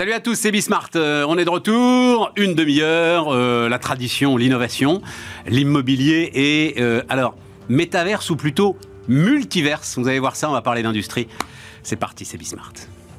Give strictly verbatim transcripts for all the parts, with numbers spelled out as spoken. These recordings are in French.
Salut à tous, c'est Bismart. Euh, on est de retour, une demi-heure, euh, la tradition, l'innovation, l'immobilier et, euh, alors, métaverse ou plutôt multiverse. Vous allez voir ça, on va parler d'industrie. C'est parti, c'est Bismart.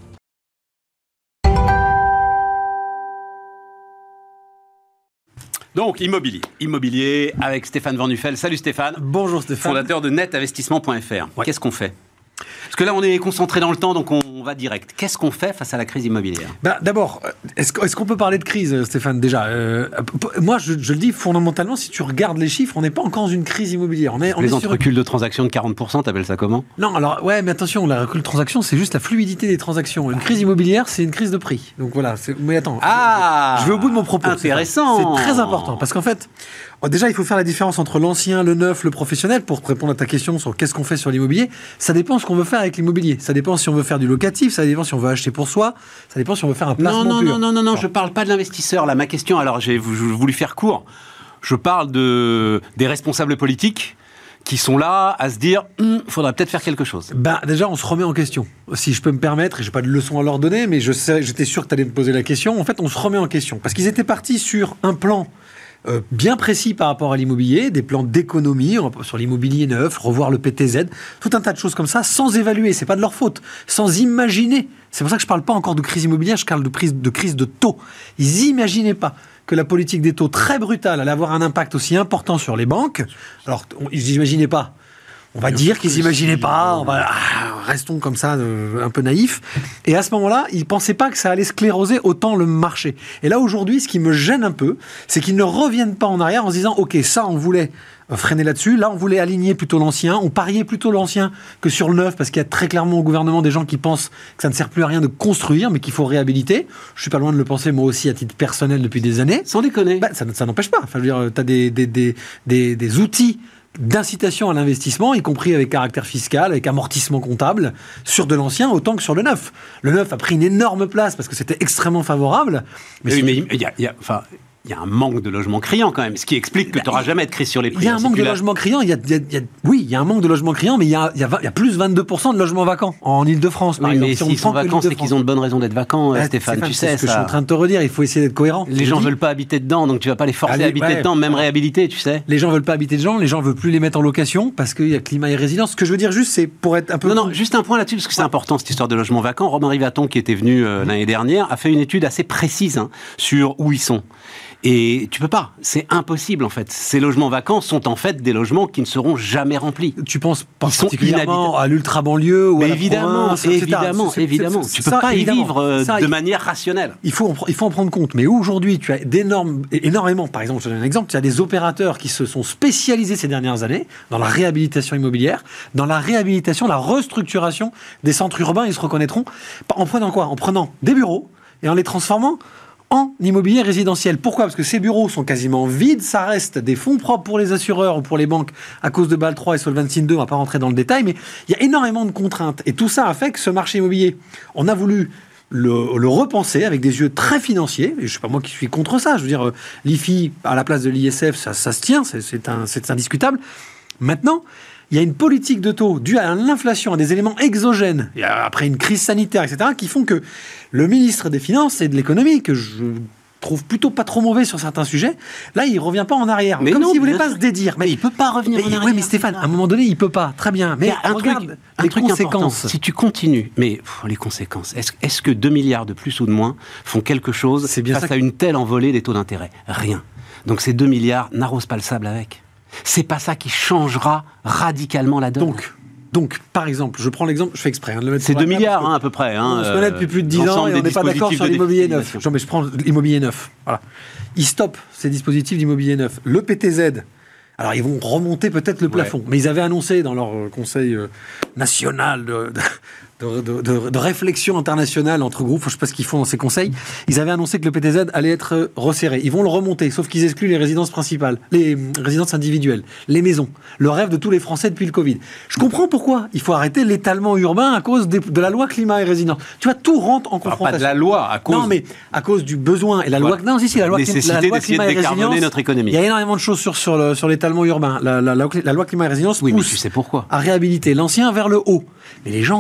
Donc, immobilier. Immobilier avec Stéphane Van Nuffel. Salut Stéphane. Bonjour Stéphane. Fondateur de net investissement point f r. Ouais. Qu'est-ce qu'on fait ? Parce que là, on est concentré dans le temps, donc on va direct. Qu'est-ce qu'on fait face à la crise immobilière ? Bah, d'abord, est-ce, est-ce qu'on peut parler de crise, Stéphane, déjà euh, Moi, je, je le dis fondamentalement, si tu regardes les chiffres, on n'est pas encore dans une crise immobilière. On est, on Les est entre sur... recul de transactions de quarante pour cent, t'appelles ça comment ? Non, alors, ouais, mais attention, la recul de transaction, c'est juste la fluidité des transactions. Une crise immobilière, c'est une crise de prix. Donc voilà, c'est... mais attends, ah, je vais au bout de mon propos. Intéressant. C'est, c'est très important, parce qu'en fait, déjà, il faut faire la différence entre l'ancien, le neuf, le professionnel, pour répondre à ta question sur qu'est-ce qu'on fait sur l'immobilier. Ça dépend ce qu'on veut faire avec l'immobilier. Ça dépend si on veut faire du locatif, ça dépend si on veut acheter pour soi, ça dépend si on veut faire un placement non, non, pur. Non, non, non, non, je parle pas de l'investisseur, là. Ma question, alors, j'ai voulu faire court. Je parle de, des responsables politiques qui sont là à se dire hm, « faudrait peut-être faire quelque chose ». Ben, déjà, on se remet en question. Si je peux me permettre, et je n'ai pas de leçon à leur donner, mais je sais, j'étais sûr que tu allais me poser la question. En fait, on se remet en question. Parce qu'ils étaient partis sur un plan euh, bien précis par rapport à l'immobilier, des plans d'économie sur l'immobilier neuf, revoir le P T Z, tout un tas de choses comme ça, sans évaluer. C'est pas de leur faute. Sans imaginer. C'est pour ça que je ne parle pas encore de crise immobilière, je parle de, prise, de crise de taux. Ils n'imaginaient pas que la politique des taux très brutale allait avoir un impact aussi important sur les banques. Alors, on, ils n'imaginaient pas. On va dire qu'ils n'imaginaient pas. On va, ah, restons comme ça, euh, un peu naïfs. Et à ce moment-là, ils ne pensaient pas que ça allait scléroser autant le marché. Et là, aujourd'hui, ce qui me gêne un peu, c'est qu'ils ne reviennent pas en arrière en se disant « Ok, ça, on voulait freiner là-dessus. Là, on voulait aligner plutôt l'ancien. On pariait plutôt l'ancien que sur le neuf, parce qu'il y a très clairement au gouvernement des gens qui pensent que ça ne sert plus à rien de construire, mais qu'il faut réhabiliter. Je suis pas loin de le penser, moi aussi, à titre personnel, depuis des années. Sans déconner. Bah, ça, ça n'empêche pas. Enfin, je veux dire, tu as des, des, des, des, des outils d'incitation à l'investissement, y compris avec caractère fiscal, avec amortissement comptable, sur de l'ancien autant que sur le neuf. Le neuf a pris une énorme place parce que c'était extrêmement favorable. Mais oui, si mais il y a... Y a enfin... Il y a un manque de logements criants quand même, ce qui explique que tu n'auras jamais de crise sur les prix. Il y a un manque de logements criants, il y a, il y a, il y a, oui, il y a un manque de logements criants, mais il y a, il y a, il y a plus vingt-deux pour cent de logements vacants en Ile-de-France, par oui, exemple. Mais si s'ils sont vacants, c'est qu'ils ont de bonnes raisons d'être vacants, bah, Stéphane, Stéphane, tu c'est sais ce que ça. je suis en train de te redire, il faut essayer d'être cohérent. Les gens ne veulent pas habiter dedans, donc tu ne vas pas les forcer Allez, à habiter ouais, dedans, même ouais. réhabiliter, tu sais. Les gens ne veulent pas habiter dedans, les gens ne veulent plus les mettre en location, parce qu'il y a climat et résidence. Ce que je veux dire juste, c'est pour être un peu... Non, non, juste un point là-dessus, parce que c'est ouais. important, cette histoire de logements vacants. Romain Rivaton, qui était venu euh, l'année dernière, a fait une étude assez précise hein, sur où ils sont. Et tu peux pas, c'est impossible en fait. Ces logements vacants sont en fait des logements qui ne seront jamais remplis. Tu penses pas particulièrement à l'ultra-banlieue ou mais à la évidemment, province, évidemment, c'est, évidemment. C'est, c'est, tu peux ça, pas y évidemment. vivre euh, ça, de manière rationnelle. Il faut, il faut en prendre compte. Mais aujourd'hui, tu as d'énormes, énormément, par exemple, je donne un exemple, tu as des opérateurs qui se sont spécialisés ces dernières années dans la réhabilitation immobilière, dans la réhabilitation, la restructuration des centres urbains. Ils se reconnaîtront en prenant quoi ? En prenant des bureaux et en les transformant en immobilier résidentiel. Pourquoi ? Parce que ces bureaux sont quasiment vides, ça reste des fonds propres pour les assureurs ou pour les banques à cause de Bâle trois et Solvency deux, on ne va pas rentrer dans le détail, mais il y a énormément de contraintes. Et tout ça a fait que ce marché immobilier, on a voulu le, le repenser avec des yeux très financiers, et je ne suis pas moi qui suis contre ça, je veux dire, l'I F I à la place de l'I S F, ça, ça se tient, c'est, c'est, un, c'est indiscutable. Maintenant, il y a une politique de taux due à l'inflation, à des éléments exogènes, et après une crise sanitaire, et cetera, qui font que le ministre des Finances et de l'Économie, que je trouve plutôt pas trop mauvais sur certains sujets, là, il revient pas en arrière. Mais comme s'il voulait pas se dédire. Mais il peut pas revenir mais, en arrière. Oui, mais Stéphane, à un moment donné, il peut pas. Très bien. Mais un regarde truc, les un truc conséquences. Important. Si tu continues, mais pff, les conséquences, est-ce, est-ce que deux milliards de plus ou de moins font quelque chose C'est bien face ça à une telle envolée des taux d'intérêt ? Rien. Donc ces deux milliards n'arrosent pas le sable avec. C'est pas ça qui changera radicalement la donne. Donc, donc, par exemple, je prends l'exemple, je fais exprès hein, de le mettre c'est sur deux la milliards table, hein, à peu près. Hein, on se connaît depuis plus de dix ans et on n'est pas d'accord sur l'immobilier neuf. Genre, mais je prends l'immobilier neuf. Voilà. Ils stoppent ces dispositifs d'immobilier neuf. Le P T Z, alors ils vont remonter peut-être le plafond, ouais. mais ils avaient annoncé dans leur conseil euh, national de... de De, de, de, de réflexion internationale entre groupes, je ne sais pas ce qu'ils font dans ces conseils, ils avaient annoncé que le P T Z allait être resserré. Ils vont le remonter, sauf qu'ils excluent les résidences principales, les résidences individuelles, les maisons, le rêve de tous les Français depuis le Covid. Je comprends pourquoi. Il faut arrêter l'étalement urbain à cause des, de la loi climat et résilience. Tu vois, tout rentre en confrontation. Pas de la loi, à cause... Non, mais à cause du besoin. Et la voilà. loi... Non, si, si, la loi, nécessité la loi d'essayer climat de et résilience... notre économie. Il y a énormément de choses sur, sur, le, sur l'étalement urbain. La, la, la, la loi climat et résilience oui, pousse mais tu sais pourquoi. à réhabiliter l'ancien vers le haut. Mais les gens qui habitent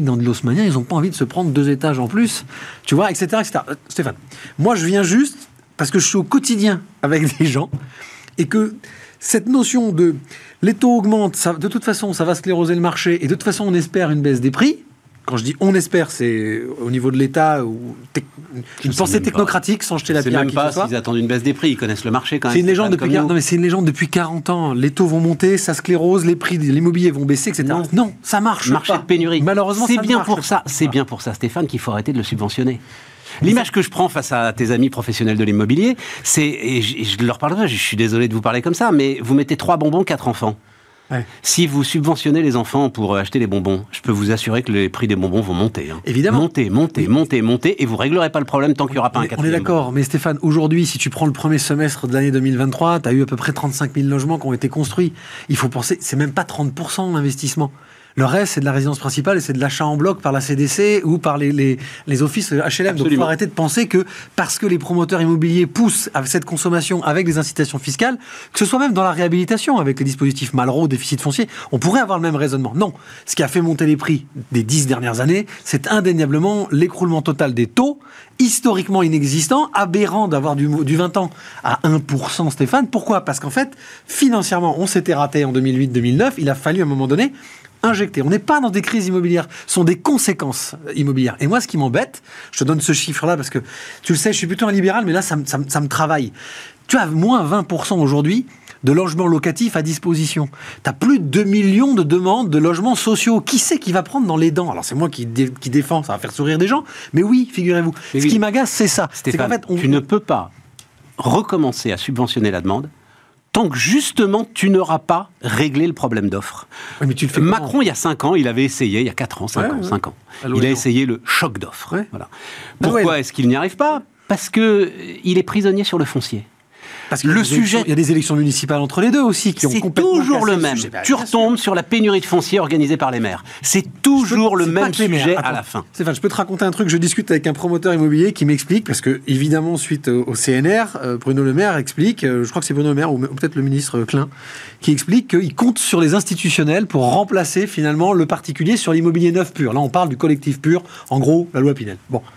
dans de l'haussmannien, ils n'ont pas envie de se prendre deux étages en plus, tu vois, et cetera, et cetera. Euh, Stéphane, moi je viens juste parce que je suis au quotidien avec des gens et que cette notion de les taux augmentent, ça, de toute façon ça va scléroser le marché et de toute façon on espère une baisse des prix. Quand je dis on espère, c'est au niveau de l'État ou te- une pensée technocratique sans jeter la C'est pierre à même qui que pas ce soit. s'ils attendent une baisse des prix, ils connaissent le marché quand même. C'est une légende pas depuis comme quar- nous. non mais c'est une légende depuis quarante ans. Les taux vont monter, ça sclérose, les prix de l'immobilier vont baisser, et cetera. Non. Non, ça marche Marché pas. de pénurie. Malheureusement, c'est ça ne bien marche pour pas. ça. C'est bien pour ça, Stéphane, qu'il faut arrêter de le subventionner. L'image que je prends face à tes amis professionnels de l'immobilier, c'est, et je, et je leur parlerai, je suis désolé de vous parler comme ça, mais vous mettez trois bonbons, quatre enfants. Ouais. Si vous subventionnez les enfants pour acheter les bonbons, je peux vous assurer que les prix des bonbons vont monter. Hein. Évidemment. Monter, monter, Oui. monter, monter, et vous réglerez pas le problème tant qu'il n'y aura pas On un est- quatrième. On est d'accord, mais Stéphane, aujourd'hui, si tu prends le premier semestre de l'année deux mille vingt-trois, tu as eu à peu près trente-cinq mille logements qui ont été construits. Il faut penser, c'est même pas trente pour cent l'investissement. Le reste, c'est de la résidence principale et c'est de l'achat en bloc par la C D C ou par les, les, les offices H L M. Donc, il faut Absolument. arrêter de penser que parce que les promoteurs immobiliers poussent à cette consommation avec des incitations fiscales, que ce soit même dans la réhabilitation avec les dispositifs Malraux, déficit foncier, on pourrait avoir le même raisonnement. Non. Ce qui a fait monter les prix des dix dernières années, c'est indéniablement l'écroulement total des taux, historiquement inexistant, aberrant d'avoir du, du vingt ans à un pour cent, Stéphane. Pourquoi ? Parce qu'en fait, financièrement, on s'était raté en deux mille huit deux mille neuf. Il a fallu à un moment donné injecter. On n'est pas dans des crises immobilières, ce sont des conséquences immobilières. Et moi, ce qui m'embête, je te donne ce chiffre-là parce que, tu le sais, je suis plutôt un libéral, mais là, ça, me- ça me- ça me travaille. Tu as moins vingt pour cent aujourd'hui de logements locatifs à disposition. Tu as plus de deux millions de demandes de logements sociaux. Qui c'est qui va prendre dans les dents ? Alors, c'est moi qui, dé- qui défends, ça va faire sourire des gens, mais oui, figurez-vous. Mais Ce oui. qui m'agace, c'est ça. C'est Stéphane, qu'en fait, on- tu ne peux pas recommencer à subventionner la demande tant que justement tu n'auras pas réglé le problème d'offre. Oui, mais tu le fais comment ? Macron, il y a cinq ans, il avait essayé, il y a quatre ans, cinq Ouais, ans, ouais. cinq ans, À il l'Orient. a essayé le choc d'offre. Ouais. Voilà. Ah Pourquoi ouais. est-ce qu'il n'y arrive pas ? Parce que il est prisonnier sur le foncier. Parce que Le le sujet- sujet, il y a des élections municipales entre les deux aussi qui ont C'est complètement toujours cassé le même. sujet. Bah, Tu bien sûr. retombes sur la pénurie de foncier organisée par les maires. C'est toujours le C'est pas même que les maires. sujet à Attends, la fin. Stéphane, je peux te raconter un truc. Je discute avec un promoteur immobilier qui m'explique, parce que, évidemment, suite au, au C N R, euh, Bruno Le Maire explique, euh, je crois que c'est Bruno Le Maire ou, ou peut-être le ministre Klein, qui explique qu'il compte sur les institutionnels pour remplacer finalement le particulier sur l'immobilier neuf pur. Là, on parle du collectif pur, en gros, la loi Pinel. Bon.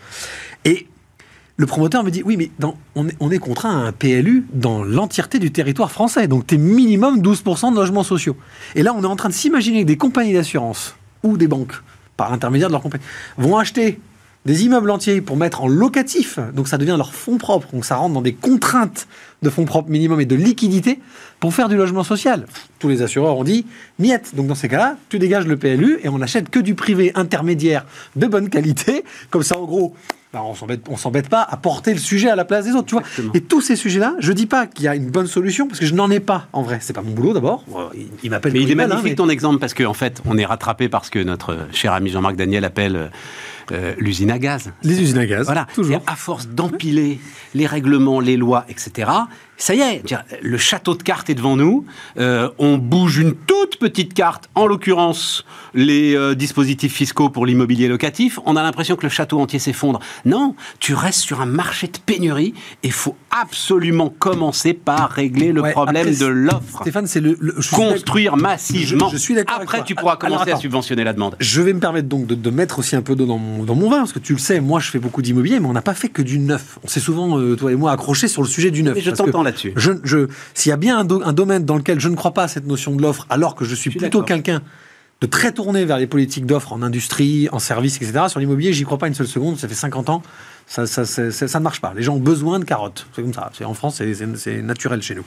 Et le promoteur me dit, oui, mais dans, on, est, on est contraint à un P L U dans l'entièreté du territoire français. Donc, tu es minimum douze pour cent de logements sociaux. Et là, on est en train de s'imaginer que des compagnies d'assurance ou des banques, par l'intermédiaire de leurs compagnies, vont acheter des immeubles entiers pour mettre en locatif. Donc, ça devient leur fonds propres. Donc, ça rentre dans des contraintes de fonds propres minimum et de liquidité pour faire du logement social. Tous les assureurs ont dit, miette. Donc, dans ces cas-là, tu dégages le P L U et on n'achète que du privé intermédiaire de bonne qualité. Comme ça, en gros... Ben, on s'embête, on s'embête pas à porter le sujet à la place des autres, tu vois. Exactement. Et tous ces sujets-là, je dis pas qu'il y a une bonne solution parce que je n'en ai pas en vrai. C'est pas mon boulot d'abord. Il, il m'appelle. Mais quand il est veut, hein, magnifique mais- ton exemple parce qu'en en fait, on est rattrapé par ce que notre cher ami Jean-Marc Daniel appelle euh, euh, l'usine à gaz. Les usines à gaz. Voilà. Toujours. C'est-à-dire, à force d'empiler les règlements, les lois, et cetera, ça y est, dire, le château de cartes est devant nous. Euh, on bouge une toute petite carte, en l'occurrence les euh, dispositifs fiscaux pour l'immobilier locatif. On a l'impression que le château entier s'effondre. Non, tu restes sur un marché de pénurie et il faut absolument commencer par régler le Ouais, problème après, de l'offre. Stéphane, c'est le. le- je suis Construire massivement. Je- je suis d'accord avec Après, toi. tu pourras Alors, commencer à attends. subventionner la demande. Je vais me permettre donc de, de mettre aussi un peu d'eau dans mon, dans mon vin, parce que tu le sais, moi je fais beaucoup d'immobilier, mais on n'a pas fait que du neuf. On s'est souvent, euh, toi et moi, accrochés sur le sujet du neuf. Mais je parce que t'entends là-dessus. Je, je, s'il y a bien un, do- un domaine dans lequel je ne crois pas à cette notion de l'offre, alors que je suis, Je suis plutôt d'accord. quelqu'un de très tourné vers les politiques d'offre en industrie, en service, et cetera, sur l'immobilier, j'y crois pas une seule seconde, ça fait cinquante ans, ça, ça, ça, ça, ça ne marche pas. Les gens ont besoin de carottes, c'est comme ça. C'est, en France, c'est, c'est, c'est naturel chez nous.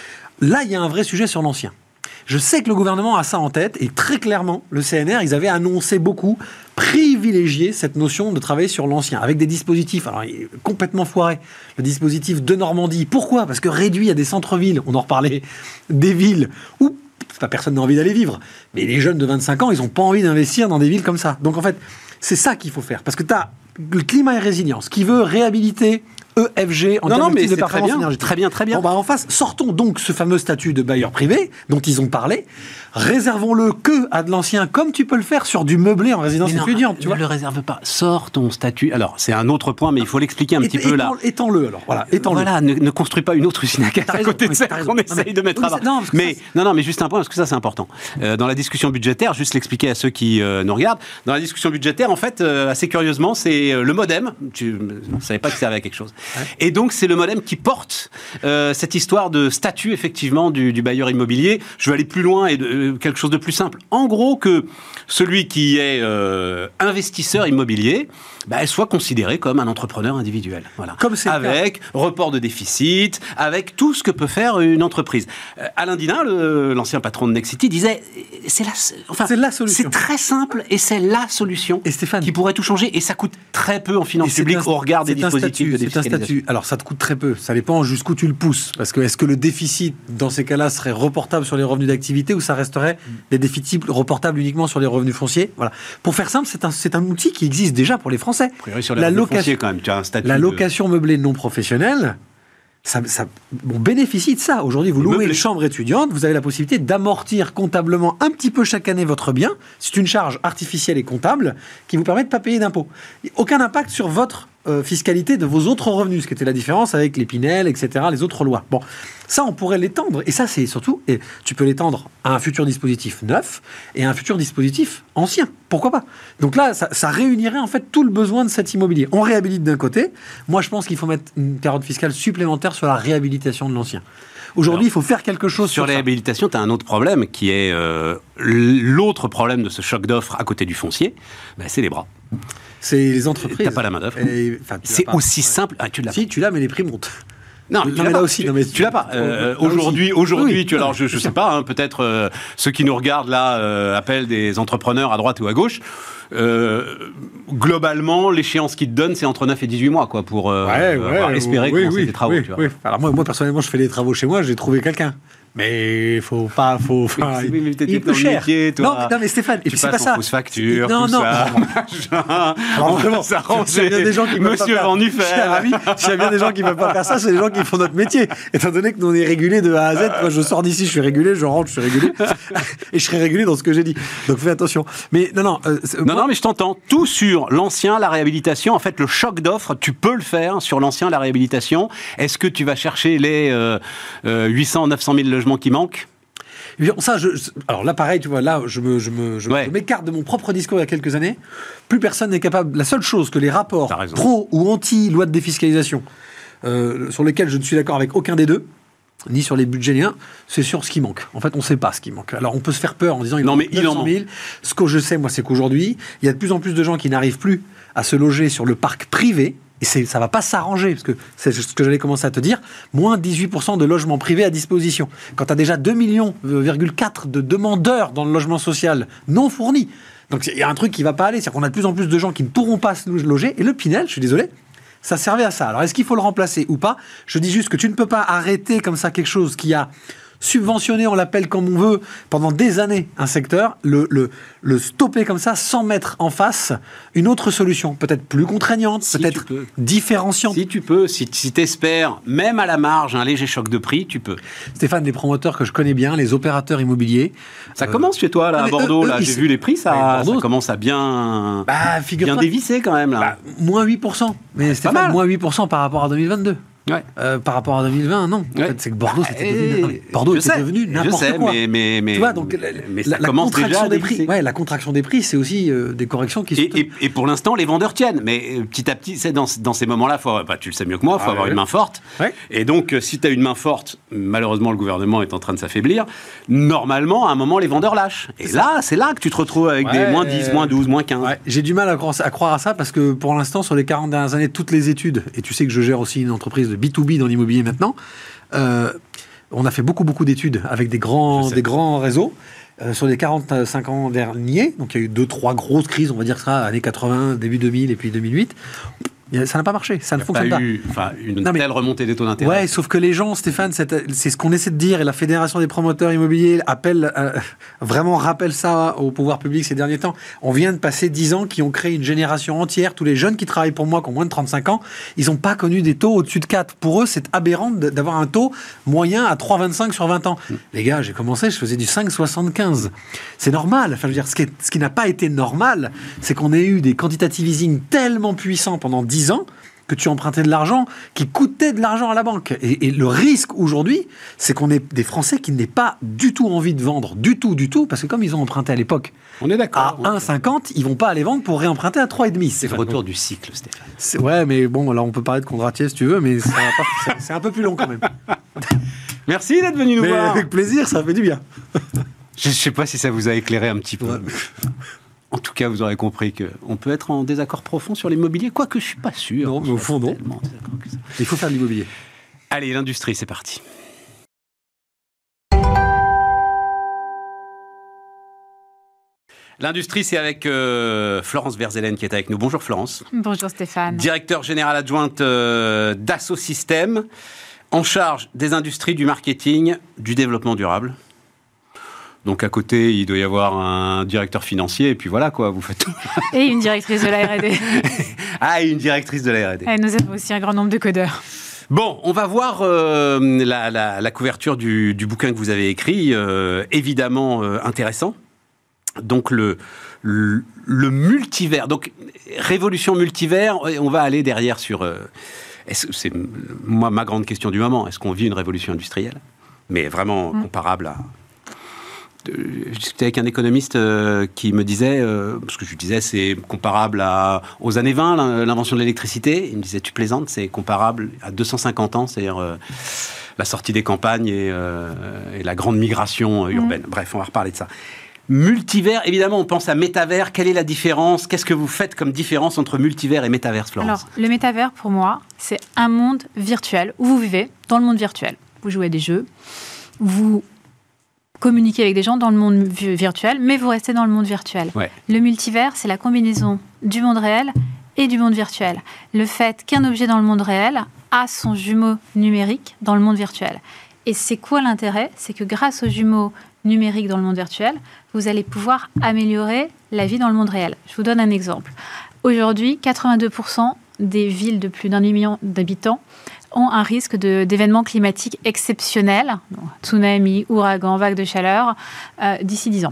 Là, il y a un vrai sujet sur l'ancien. Je sais que le gouvernement a ça en tête, et très clairement, le C N R, ils avaient annoncé beaucoup, privilégier cette notion de travailler sur l'ancien, avec des dispositifs, alors il est complètement foiré, le dispositif de Normandie. Pourquoi ? Parce que réduit à des centres-villes, on en reparlait, des villes où pas personne n'a envie d'aller vivre, mais les jeunes de vingt-cinq ans, ils n'ont pas envie d'investir dans des villes comme ça. Donc en fait, c'est ça qu'il faut faire, parce que tu as le climat et résilience qui veut réhabiliter E F G en non, termes non, mais de c'est très bien, énergétique. très bien, très bien. Bon, bah, en face, sortons donc ce fameux statut de bailleur privé dont ils ont parlé, réservons-le que à de l'ancien, comme tu peux le faire sur du meublé en résidence mais non, étudiante. Tu ne vois le réserve pas. Sors ton statut. Alors, c'est un autre point, mais il faut l'expliquer un Et, petit étends, peu là. Étends-le alors. Voilà, étends-le. Voilà, ne, ne construis pas une autre usine à gaz T'as à raison, côté de oui, celle t'as raison. qu'on Non, essaye mais- de mettre oui, à bas. c'est- non, parce que Mais ça, non, non, mais juste un point parce que ça c'est important. Euh, dans la discussion budgétaire, juste l'expliquer à ceux qui euh, nous regardent. Dans la discussion budgétaire, en fait, euh, assez curieusement, c'est euh, le modem. Tu ne savais pas que ça servait à quelque chose. Ouais. Et donc c'est le modem qui porte euh, cette histoire de statut effectivement du, du bailleur immobilier. Je vais aller plus loin et de, euh, quelque chose de plus simple. En gros, que celui qui est euh, investisseur immobilier, bah, soit considéré comme un entrepreneur individuel. Voilà. Comme c'est le avec report de déficit, avec tout ce que peut faire une entreprise. Euh, Alain Dinin, le- l'ancien patron de Nexity, disait c'est la, enfin, C'est la solution. C'est très simple et c'est la solution Et Stéphane, qui pourrait tout changer et ça coûte très peu en finances Et c'est publiques un- au regard des c'est un dispositifs statut, de c'est un défiscalisation. statut. Alors ça te coûte très peu. Ça dépend jusqu'où tu le pousses. Parce que est-ce que le déficit dans ces cas-là serait reportable sur les revenus d'activité ou ça resterait des déficits reportables uniquement sur les revenus fonciers? Voilà. Pour faire simple, c'est un, c'est un outil qui existe déjà pour les Français. A priori, sur les La revenus location- fonciers, quand même, tu as un statut La de- location meublée non professionnelle, ça, ça, on bénéficie de ça. Aujourd'hui, vous Les louez meublés. une chambre étudiante, vous avez la possibilité d'amortir comptablement un petit peu chaque année votre bien. C'est une charge artificielle et comptable qui vous permet de ne pas payer d'impôts. Aucun impact sur votre euh, fiscalité de vos autres revenus, ce qui était la différence avec les Pinel, et cetera, les autres lois. Bon, ça, on pourrait l'étendre. Et ça, c'est surtout, et tu peux l'étendre à un futur dispositif neuf et à un futur dispositif ancien. Pourquoi pas? Donc là, ça, ça réunirait en fait tout le besoin de cet immobilier. On réhabilite d'un côté. Moi, je pense qu'il faut mettre une carotte fiscale supplémentaire sur la réhabilitation de l'ancien. Aujourd'hui, il faut faire quelque chose Sur sur les ça. réhabilitations, tu as un autre problème qui est euh, l'autre problème de ce choc d'offres à côté du foncier, bah, c'est les bras. C'est les entreprises. T'as pas la main d'œuvre. Et, enfin, tu l'as C'est pas. aussi Ouais. simple. Ah, tu l'as Si, tu l'as, mais les prix montent. Non, Non, tu mais l'as là pas. aussi, Tu, non, mais tu l'as pas. Euh, là aujourd'hui, aussi. aujourd'hui, Oui, tu alors non, je, je bien sais sûr. pas, hein, peut-être euh, ceux qui nous regardent là euh, appellent des entrepreneurs à droite ou à gauche. Euh, globalement, l'échéance qu'ils te donnent, c'est entre neuf et dix-huit mois, quoi, pour euh, avoir espérer oui, commencer oui, tes travaux. oui, tu vois. oui. Alors moi, moi, personnellement, je fais des travaux chez moi, j'ai trouvé quelqu'un. Mais il faut pas, faut. Enfin, Oui, mais t'étais il est dans peu le cher. métier, toi. Non, mais, non, mais Stéphane, et Tu puis c'est passes pas en ça. fausse facture, Non, tout non. ça. Alors, vraiment, ça rend s'il y a bien des gens qui peuvent pas Monsieur faire- Van Cher Nuffel. ami, s'il y a bien des gens qui ne peuvent pas faire ça, c'est les gens qui font notre métier. Étant donné que nous on est régulé de A à Z, moi je sors d'ici, je suis régulé, je rentre, je suis régulé, et je serai régulé dans ce que j'ai dit. Donc fais attention. Mais non, non. euh, Non, non, mais je t'entends. Tout sur l'ancien, la réhabilitation. En fait, le choc d'offres, tu peux le faire sur l'ancien, la réhabilitation. Est-ce que tu vas chercher les euh, euh, huit cents, neuf cent mille logements qui manquent? Ça, je, alors là, pareil, tu vois, là, je me, je me, je, Ouais. je m'écarte de mon propre discours il y a quelques années. Plus personne n'est capable. La seule chose que les rapports T'as raison. pro ou anti loi de défiscalisation, euh, sur lesquels je ne suis d'accord avec aucun des deux, ni sur les budgets ni rien, c'est sur ce qui manque. En fait, on ne sait pas ce qui manque. Alors, on peut se faire peur en disant il Non, manque mais il en neuf cent mille. Ce que je sais, moi, c'est qu'aujourd'hui, il y a de plus en plus de gens qui n'arrivent plus à se loger sur le parc privé. Et c'est, ça ne va pas s'arranger, parce que c'est ce que j'allais commencer à te dire, moins dix-huit pour cent de logements privés à disposition. Quand tu as déjà deux virgule quatre millions de demandeurs dans le logement social non fournis, donc il y a un truc qui ne va pas aller, c'est qu'on a de plus en plus de gens qui ne pourront pas se loger, et le Pinel, je suis désolé, ça servait à ça. Alors est-ce qu'il faut le remplacer ou pas? Je dis juste que tu ne peux pas arrêter comme ça quelque chose qui a subventionné, on l'appelle comme on veut, pendant des années un secteur, le, le, le stopper comme ça sans mettre en face une autre solution, peut-être plus contraignante, Si peut-être tu peux. différenciante. Si tu peux, si, si tu espères, même à la marge, un léger choc de prix, tu peux. Stéphane, les promoteurs que je connais bien, les opérateurs immobiliers. Ça euh, commence chez toi, là, non, à mais Bordeaux. eux- eux, là, ils j'ai sont- vu les prix, ça, Ouais, Bordeaux, ça commence à bien, Bah, bien figure-toi. dévisser quand même, là. Bah, moins huit pour cent. Mais Stéphane, mal. moins huit pour cent par rapport à deux mille vingt-deux. Ouais. Euh, par rapport à deux mille vingt, non. En Ouais. fait, c'est que Bordeaux, c'était Eh, devenu, non, mais Bordeaux je était sais, devenu je n'importe sais, quoi. mais, mais, mais, Tu vois, donc la, mais la- ça la commence déjà contraction à des prix, dévisser. ouais, la contraction des prix, c'est aussi euh, des corrections qui sont. Et, et, et pour l'instant, les vendeurs tiennent. Mais euh, petit à petit, c'est dans, dans ces moments-là, faut, bah, tu le sais mieux que moi, il faut Ah, avoir ouais. une main forte. Ouais. Et donc, euh, si tu as une main forte, malheureusement, le gouvernement est en train de s'affaiblir. Normalement, à un moment, les vendeurs lâchent. Et là, c'est là que tu te retrouves avec Ouais, des moins dix, euh, moins douze, moins quinze. Ouais, j'ai du mal à croire, à croire à ça parce que pour l'instant, sur les quarante dernières années, toutes les études, et tu sais que je gère aussi une entreprise de B to B dans l'immobilier maintenant, euh, on a fait beaucoup, beaucoup d'études avec des grands, Je sais. des grands réseaux. Euh, sur les quarante-cinq ans derniers, donc il y a eu deux, trois grosses crises, on va dire ça, années quatre-vingts, début deux mille et puis deux mille huit. Ça n'a pas marché, ça ne fonctionne pas. pas. Il n'y a pas eu enfin, une non, mais, telle remontée des taux d'intérêt. Ouais, sauf que les gens, Stéphane, c'est, c'est ce qu'on essaie de dire, et la Fédération des promoteurs immobiliers appelle, euh, vraiment rappelle ça au pouvoir public ces derniers temps. On vient de passer dix ans qui ont créé une génération entière. Tous les jeunes qui travaillent pour moi, qui ont moins de trente-cinq ans, ils n'ont pas connu des taux au-dessus de quatre. Pour eux, c'est aberrant d'avoir un taux moyen à trois virgule vingt-cinq sur vingt ans. Mmh. Les gars, j'ai commencé, je faisais du cinq virgule soixante-quinze. C'est normal. Enfin, je veux dire, ce qui, est, ce qui n'a pas été normal, c'est qu'on ait eu des quantitative easing tellement puissants pendant dix ans que tu empruntais de l'argent qui coûtait de l'argent à la banque. Et, et le risque aujourd'hui, c'est qu'on ait des Français qui n'aient pas du tout envie de vendre, du tout, du tout, parce que comme ils ont emprunté à l'époque on est d'accord, à un virgule cinquante, ils vont pas aller vendre pour réemprunter à trois virgule cinq. C'est le retour du cycle, Stéphane. C'est, ouais, mais bon, là on peut parler de Condratier si tu veux, mais ça va pas, c'est, c'est un peu plus long quand même. Merci d'être venu nous mais voir. Avec plaisir, ça fait du bien. Je ne sais pas si ça vous a éclairé un petit peu. Ouais. En tout cas, vous aurez compris qu'on peut être en désaccord profond sur l'immobilier, quoique je ne suis pas sûr. Non, mais au fond, non. Il faut faire de l'immobilier. Allez, l'industrie, c'est parti. L'industrie, c'est avec euh, Florence Verzelen qui est avec nous. Bonjour Florence. Bonjour Stéphane. Directeur général adjointe euh, d'Asso Systèmes, en charge des industries, du marketing, du développement durable. Donc à côté, il doit y avoir un directeur financier, et puis voilà quoi, vous faites tout. Et une directrice de la R et D. Ah, et une directrice de la R et D. Et nous avons aussi un grand nombre de codeurs. Bon, on va voir euh, la, la, la couverture du, du bouquin que vous avez écrit, euh, évidemment euh, intéressant. Donc le, le, le multivers, donc révolution multivers, on va aller derrière sur... Euh, est-ce, c'est moi ma grande question du moment, est-ce qu'on vit une révolution industrielle ? Mais vraiment mmh. comparable à... Je discutais avec un économiste euh, qui me disait, euh, parce que je lui disais c'est comparable à, aux années vingt, l'invention de l'électricité. Il me disait tu plaisantes, c'est comparable à deux cent cinquante ans, c'est-à-dire euh, la sortie des campagnes et, euh, et la grande migration euh, urbaine. Mmh. Bref, on va reparler de ça. Multivers, évidemment, on pense à métavers. Quelle est la différence ? Qu'est-ce que vous faites comme différence entre multivers et métavers, Florence ? Alors, le métavers, pour moi, c'est un monde virtuel où vous vivez dans le monde virtuel. Vous jouez à des jeux, vous communiquer avec des gens dans le monde virtuel, mais vous restez dans le monde virtuel. Ouais. Le multivers, c'est la combinaison du monde réel et du monde virtuel. Le fait qu'un objet dans le monde réel a son jumeau numérique dans le monde virtuel. Et c'est quoi l'intérêt ? C'est que grâce au jumeau numérique dans le monde virtuel, vous allez pouvoir améliorer la vie dans le monde réel. Je vous donne un exemple. Aujourd'hui, quatre-vingt-deux pour cent des villes de plus d'un million d'habitants ont un risque de, d'événements climatiques exceptionnels, donc tsunami, ouragan, vagues de chaleur, euh, d'ici dix ans.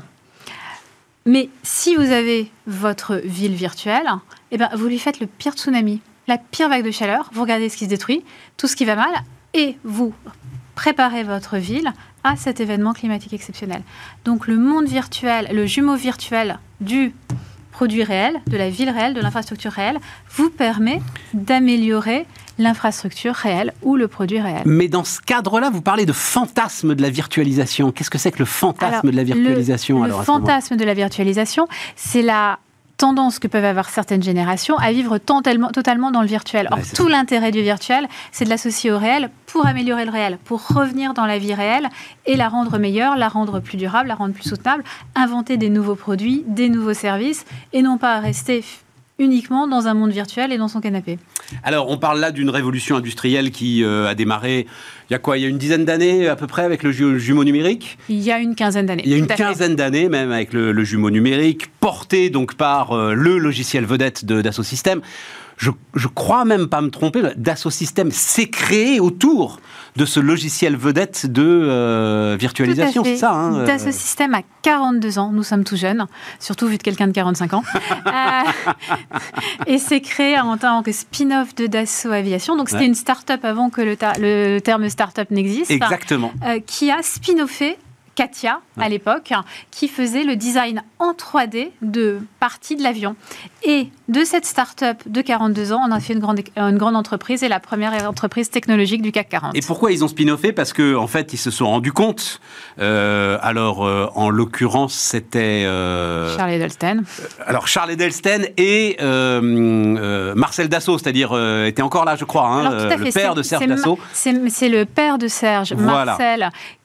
Mais si vous avez votre ville virtuelle, eh ben, vous lui faites le pire tsunami, la pire vague de chaleur, vous regardez ce qui se détruit, tout ce qui va mal, et vous préparez votre ville à cet événement climatique exceptionnel. Donc le monde virtuel, le jumeau virtuel du produit réel, de la ville réelle, de l'infrastructure réelle, vous permet d'améliorer l'infrastructure réelle ou le produit réel. Mais dans ce cadre-là, vous parlez de fantasme de la virtualisation. Qu'est-ce que c'est que le fantasme alors, de la virtualisation ? Le, alors, le fantasme de la virtualisation, c'est la tendance que peuvent avoir certaines générations à vivre totalement, totalement dans le virtuel. Or, ouais, tout ça. L'intérêt du virtuel, c'est de l'associer au réel pour améliorer le réel, pour revenir dans la vie réelle et la rendre meilleure, la rendre plus durable, la rendre plus soutenable, inventer des nouveaux produits, des nouveaux services, et non pas rester uniquement dans un monde virtuel et dans son canapé. Alors, on parle là d'une révolution industrielle qui euh, a démarré, il y a quoi, il y a une dizaine d'années à peu près avec le ju- jumeau numérique ? Il y a une quinzaine d'années. Il y a une quinzaine d'années même avec le, le jumeau numérique, porté donc par euh, le logiciel vedette de, d'Asso Systèmes. Je, je crois même pas me tromper, Dassault Systèmes s'est créé autour de ce logiciel vedette de euh, virtualisation, c'est ça hein, Dassault Systèmes a quarante-deux ans, nous sommes tout jeunes, surtout vu de quelqu'un de quarante-cinq ans, euh, et s'est créé en tant que spin-off de Dassault Aviation, donc c'était ouais. une start-up avant que le, ta- le terme start-up n'existe. Exactement. Euh, qui a spin-offé Katia, ouais. à l'époque, qui faisait le design en trois D de parties de l'avion. Et de cette start-up de quarante-deux ans, on a fait une grande, une grande entreprise et la première entreprise technologique du C A C quarante. Et pourquoi ils ont spin-offé ? Parce qu'en en fait, ils se sont rendus compte. Euh, alors, euh, en l'occurrence, c'était... Euh, Charles Edelsten. Alors, Charles Edelsten et euh, euh, Marcel Dassault, c'est-à-dire, euh, était encore là, je crois, hein, alors, tout à fait. le père c'est, de Serge c'est Dassault. C'est, c'est le père de Serge, voilà. Marcel,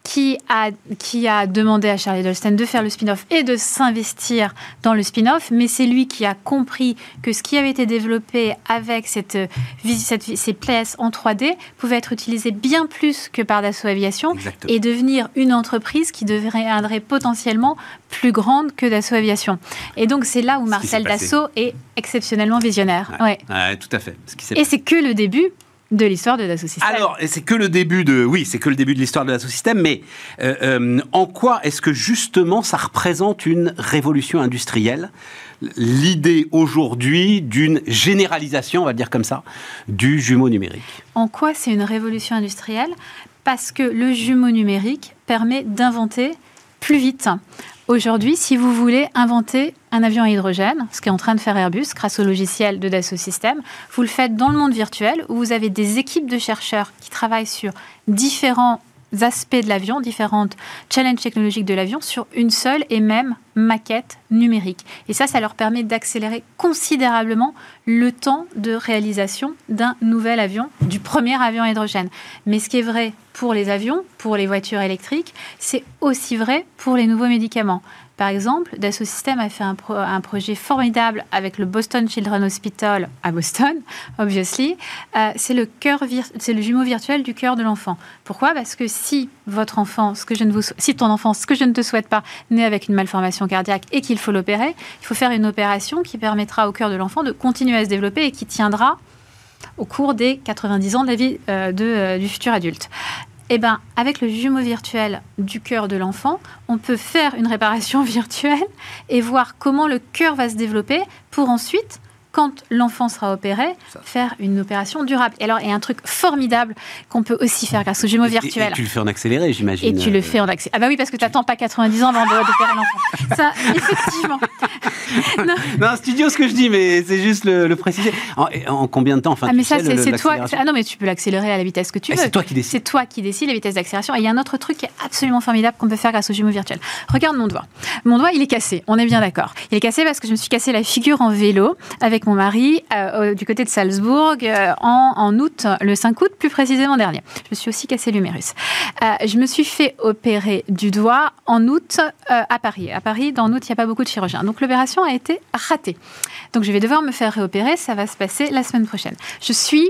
qui a, qui a demandé à Charlie Edelstein de faire le spin-off et de s'investir dans le spin-off, mais c'est lui qui a compris que ce qui avait été développé avec cette, cette, ces pièces en trois D pouvait être utilisé bien plus que par Dassault Aviation. Exactement. Et devenir une entreprise qui deviendrait potentiellement plus grande que Dassault Aviation. Et donc, c'est là où Marcel Dassault est exceptionnellement visionnaire. Ouais, ouais. Ouais, tout à fait. Ce qui s'est et passé. C'est que le début de l'histoire de Dassault Systèmes. Alors, c'est que le début de, oui, c'est que le début de l'histoire de Dassault Systèmes, mais euh, euh, en quoi est-ce que justement ça représente une révolution industrielle ? L'idée aujourd'hui d'une généralisation, on va le dire comme ça, du jumeau numérique. En quoi c'est une révolution industrielle ? Parce que le jumeau numérique permet d'inventer plus vite. Aujourd'hui, si vous voulez inventer un avion à hydrogène, ce qu'est en train de faire Airbus grâce au logiciel de Dassault Systèmes, vous le faites dans le monde virtuel où vous avez des équipes de chercheurs qui travaillent sur différents aspects de l'avion, différentes challenges technologiques de l'avion sur une seule et même maquette numérique. Et ça, ça leur permet d'accélérer considérablement le temps de réalisation d'un nouvel avion, du premier avion à hydrogène. Mais ce qui est vrai pour les avions, pour les voitures électriques, c'est aussi vrai pour les nouveaux médicaments. Par exemple, Dassault Systèmes a fait un, pro, un projet formidable avec le Boston Children's Hospital à Boston, obviously. Euh, c'est, le cœur vir- c'est le jumeau virtuel du cœur de l'enfant. Pourquoi ? Parce que si votre enfant, ce que je ne vous, si ton enfant, ce que je ne te souhaite pas, naît avec une malformation cardiaque et qu'il faut l'opérer, il faut faire une opération qui permettra au cœur de l'enfant de continuer à se développer et qui tiendra au cours des quatre-vingt-dix ans de la vie euh, de, euh, du futur adulte. Eh bien, avec le jumeau virtuel du cœur de l'enfant, on peut faire une réparation virtuelle et voir comment le cœur va se développer pour ensuite, quand l'enfant sera opéré, ça. faire une opération durable. Et alors, il y a un truc formidable qu'on peut aussi faire grâce au jumeau virtuel. Et, et tu le fais en accéléré, j'imagine. Et tu le fais en accéléré. Ah bah oui, parce que tu n'attends pas quatre-vingt-dix ans avant d'opérer l'enfant. Ça, effectivement. non. non, studio, ce que je dis, mais c'est juste le, le préciser. En, en combien de temps, enfin, ah, mais ça, sais, c'est, le, c'est toi. Ah non, mais tu peux l'accélérer à la vitesse que tu et veux. C'est toi qui décides. C'est toi qui décides la vitesse d'accélération. Et il y a un autre truc qui est absolument formidable qu'on peut faire grâce au jumeau virtuel. Regarde mon doigt. Mon doigt, il est cassé. On est bien d'accord. Il est cassé parce que je me suis cassé la figure en vélo avec mon mari. Euh, du côté de Salzbourg, euh, en, en août, le cinq août, plus précisément dernier. Je me suis aussi cassé l'humérus. Euh, je me suis fait opérer du doigt en août euh, à Paris. À Paris, dans août, il n'y a pas beaucoup de chirurgiens. Donc, l'opération a été ratée. Donc, je vais devoir me faire réopérer. Ça va se passer la semaine prochaine. Je suis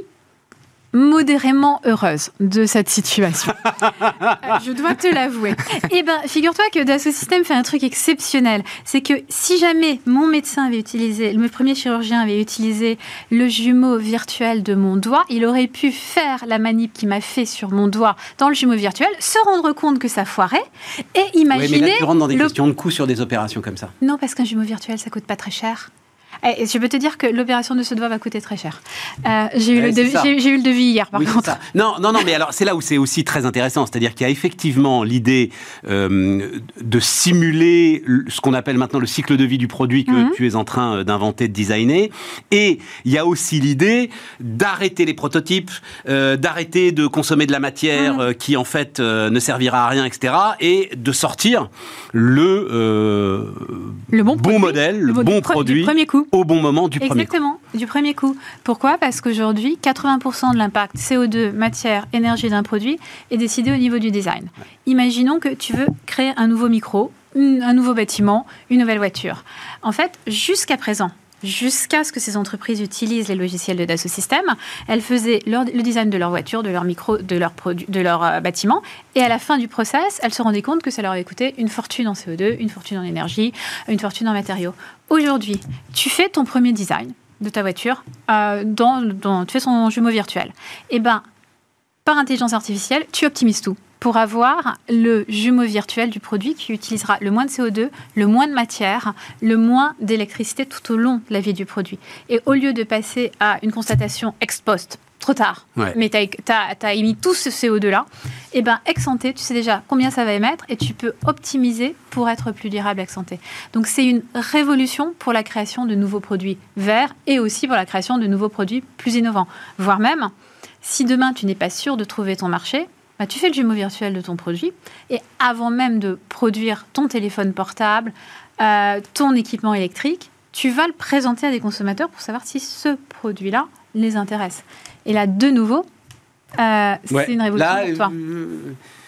modérément heureuse de cette situation. euh, je dois te l'avouer. Eh bien, figure-toi que Dassault Systèmes fait un truc exceptionnel. C'est que si jamais mon médecin avait utilisé, le premier chirurgien avait utilisé le jumeau virtuel de mon doigt, il aurait pu faire la manip qu'il m'a fait sur mon doigt dans le jumeau virtuel, se rendre compte que ça foirait et imaginer... Oui, mais là, tu rentres dans des le... questions de coût sur des opérations comme ça. Non, parce qu'un jumeau virtuel, ça coûte pas très cher. Et je peux te dire que l'opération de ce doigt va coûter très cher. Euh, j'ai, eu ouais, le devis, j'ai, j'ai eu le devis hier, par oui, contre. Non, non, non, mais alors c'est là où c'est aussi très intéressant. C'est-à-dire qu'il y a effectivement l'idée euh, de simuler ce qu'on appelle maintenant le cycle de vie du produit que mm-hmm. tu es en train d'inventer, de designer. Et il y a aussi l'idée d'arrêter les prototypes, euh, d'arrêter de consommer de la matière mm-hmm. euh, qui, en fait, euh, ne servira à rien, et cetera. Et de sortir le, euh, le bon, bon produit, modèle, le, le bon du produit. Du premier coup. Au bon moment du premier coup. Exactement, du premier coup. Pourquoi ? Parce qu'aujourd'hui, quatre-vingts pour cent de l'impact C O deux, matière, énergie d'un produit est décidé au niveau du design. Ouais. Imaginons que tu veux créer un nouveau micro, un nouveau bâtiment, une nouvelle voiture. En fait, jusqu'à présent, jusqu'à ce que ces entreprises utilisent les logiciels de Dassault Systèmes, elles faisaient leur, le design de leur voiture, de leur micro, de leur, produ, de leur euh, bâtiment, et à la fin du process, elles se rendaient compte que ça leur avait coûté une fortune en C O deux, une fortune en énergie, une fortune en matériaux. Aujourd'hui, tu fais ton premier design de ta voiture, euh, dans, dans, tu fais son jumeau virtuel. Et bien, par intelligence artificielle, tu optimises tout pour avoir le jumeau virtuel du produit qui utilisera le moins de C O deux, le moins de matière, le moins d'électricité tout au long de la vie du produit. Et au lieu de passer à une constatation ex post, trop tard, ouais. mais tu as émis tout ce C O deux-là, et bien ex ante, tu sais déjà combien ça va émettre et tu peux optimiser pour être plus durable ex ante. Donc c'est une révolution pour la création de nouveaux produits verts et aussi pour la création de nouveaux produits plus innovants. Voire même, si demain tu n'es pas sûr de trouver ton marché, bah, tu fais le jumeau virtuel de ton produit et avant même de produire ton téléphone portable, euh, ton équipement électrique, tu vas le présenter à des consommateurs pour savoir si ce produit-là les intéresse. Et là, de nouveau, euh, ouais, c'est une révolution là, pour toi. Euh,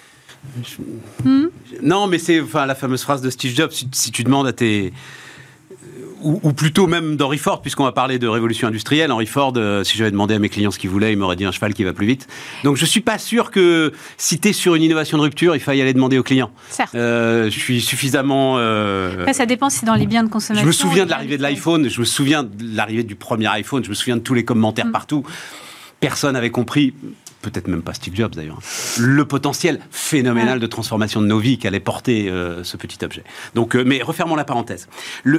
Je... Mmh. Non, mais c'est enfin, la fameuse phrase de Steve Jobs, si, si tu demandes à tes... Ou, ou plutôt même d'Henry Ford, puisqu'on va parler de révolution industrielle. Henry Ford, euh, si j'avais demandé à mes clients ce qu'ils voulaient, ils m'auraient dit un cheval qui va plus vite. Donc je ne suis pas sûr que si tu es sur une innovation de rupture, il faille aller demander aux clients. Certes. Euh, je suis suffisamment... Euh... Après, ça dépend si c'est dans les biens de consommation. Je me souviens de l'arrivée de l'iPhone, je me souviens de l'arrivée du premier iPhone, je me souviens de tous les commentaires mmh. partout. Personne n'avait compris... peut-être même pas Steve Jobs d'ailleurs, le potentiel phénoménal de transformation de nos vies qu'allait porter euh, ce petit objet. Donc, euh, mais refermons la parenthèse. Le,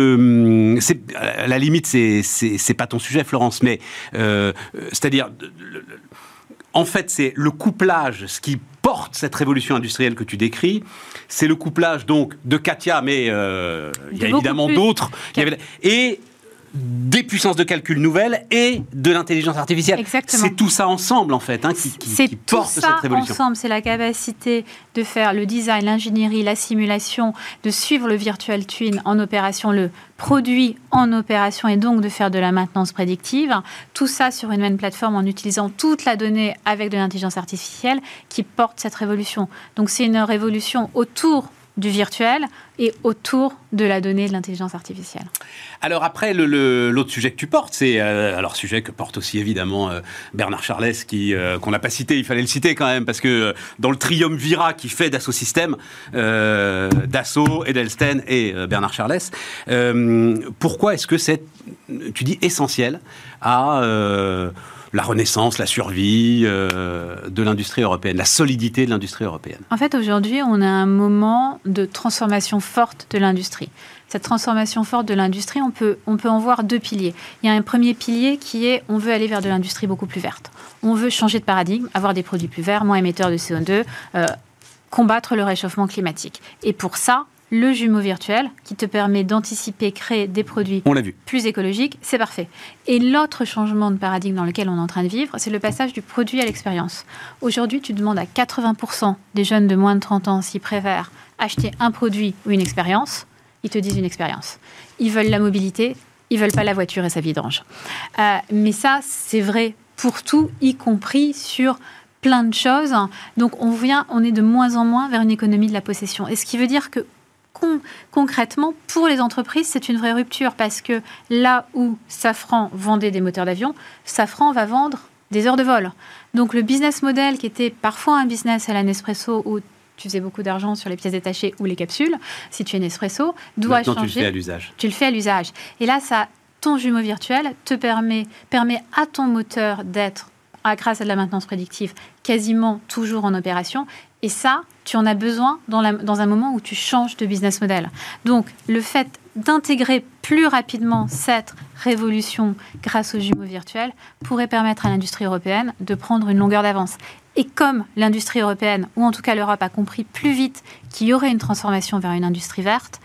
le, c'est, à la limite, c'est, c'est, c'est pas ton sujet, Florence, mais euh, c'est-à-dire, le, le, en fait, c'est le couplage, ce qui porte cette révolution industrielle que tu décris, c'est le couplage donc de Katia, mais euh, il y a évidemment plus. d'autres, il y avait, et des puissances de calcul nouvelles et de l'intelligence artificielle. Exactement. C'est tout ça ensemble, en fait, hein, qui, qui, c'est qui porte cette révolution. C'est tout ça ensemble, c'est la capacité de faire le design, l'ingénierie, la simulation, de suivre le virtual twin en opération, le produit en opération et donc de faire de la maintenance prédictive. Tout ça sur une même plateforme en utilisant toute la donnée avec de l'intelligence artificielle qui porte cette révolution. Donc c'est une révolution autour du virtuel et autour de la donnée de l'intelligence artificielle. Alors après, le, le, l'autre sujet que tu portes, c'est euh, alors sujet que porte aussi évidemment euh, Bernard Charlès, qui, euh, qu'on n'a pas cité, il fallait le citer quand même, parce que euh, dans le triumvirat qui fait Dassault Systèmes, euh, Dassault, Edelsten et euh, Bernard Charlès, euh, pourquoi est-ce que c'est, tu dis, essentiel à... Euh, la renaissance, la survie euh, de l'industrie européenne, la solidité de l'industrie européenne. En fait, aujourd'hui, on a un moment de transformation forte de l'industrie. Cette transformation forte de l'industrie, on peut, on peut en voir deux piliers. Il y a un premier pilier qui est, on veut aller vers de l'industrie beaucoup plus verte. On veut changer de paradigme, avoir des produits plus verts, moins émetteurs de C O deux, euh, combattre le réchauffement climatique. Et pour ça, le jumeau virtuel qui te permet d'anticiper, créer des produits plus écologiques, c'est parfait. Et l'autre changement de paradigme dans lequel on est en train de vivre, c'est le passage du produit à l'expérience. Aujourd'hui, tu demandes à quatre-vingts pour cent des jeunes de moins de trente ans s'ils préfèrent acheter un produit ou une expérience, ils te disent une expérience. Ils veulent la mobilité, ils veulent pas la voiture et sa vidange. Euh, mais ça, c'est vrai pour tout, y compris sur plein de choses. Donc, on vient, on est de moins en moins vers une économie de la possession. Et ce qui veut dire que Con- concrètement, pour les entreprises, c'est une vraie rupture parce que là où Safran vendait des moteurs d'avion, Safran va vendre des heures de vol. Donc le business model qui était parfois un business à la Nespresso où tu faisais beaucoup d'argent sur les pièces détachées ou les capsules, si tu es Nespresso, doit Maintenant, changer. tu le fais à l'usage. Tu le fais à l'usage. Et là, ça, ton jumeau virtuel te permet, permet à ton moteur d'être, grâce à de la maintenance prédictive, quasiment toujours en opération. Et ça, tu en as besoin dans, la, dans un moment où tu changes de business model. Donc, le fait d'intégrer plus rapidement cette révolution grâce aux jumeaux virtuels pourrait permettre à l'industrie européenne de prendre une longueur d'avance. Et comme l'industrie européenne, ou en tout cas l'Europe, a compris plus vite qu'il y aurait une transformation vers une industrie verte,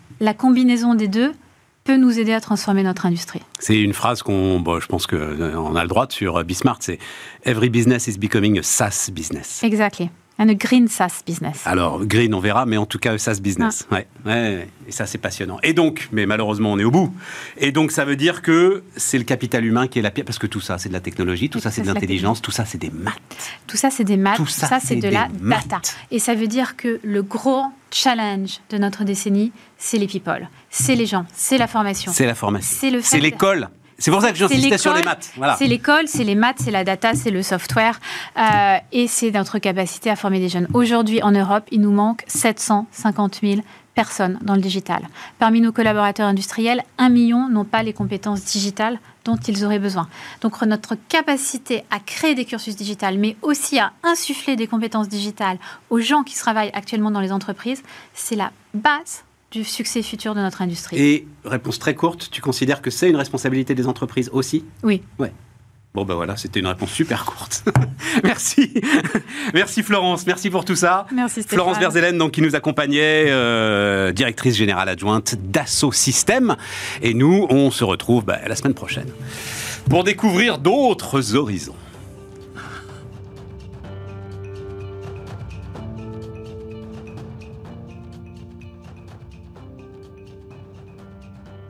la combinaison des deux peut nous aider à transformer notre industrie. C'est une phrase qu'on, bon, je pense qu'on a le droit sur Bismart, c'est « Every business is becoming a SaaS business ». Exactly. Un green SaaS business. Alors, green, on verra, mais en tout cas, un SaaS business. Ah. Ouais, ouais, et ça, c'est passionnant. Et donc, mais malheureusement, on est au bout. Et donc, ça veut dire que c'est le capital humain qui est la pierre, parce que tout ça, c'est de la technologie, tout ça, c'est de l'intelligence, tout ça, c'est des maths. Tout ça, c'est des maths, tout ça, tout ça c'est, c'est de la maths. data. Et ça veut dire que le gros challenge de notre décennie, c'est les people, c'est les gens, c'est la formation. C'est la formation. C'est le fait c'est l'école. C'est pour ça que j'insistais sur les maths. Voilà. C'est l'école, c'est les maths, c'est la data, c'est le software euh, et c'est notre capacité à former des jeunes. Aujourd'hui, en Europe, il nous manque sept cent cinquante mille personnes dans le digital. Parmi nos collaborateurs industriels, un million n'ont pas les compétences digitales dont ils auraient besoin. Donc notre capacité à créer des cursus digitales, mais aussi à insuffler des compétences digitales aux gens qui travaillent actuellement dans les entreprises, c'est la base du succès futur de notre industrie. Et réponse très courte, tu considères que c'est une responsabilité des entreprises aussi ? Oui. Ouais. Bon ben voilà, c'était une réponse super courte. Merci. Merci Florence, merci pour tout ça. Merci Stéphane. Florence Verzelen, donc, qui nous accompagnait, euh, directrice générale adjointe Dassault Systèmes. Et nous, on se retrouve bah, la semaine prochaine pour découvrir d'autres horizons.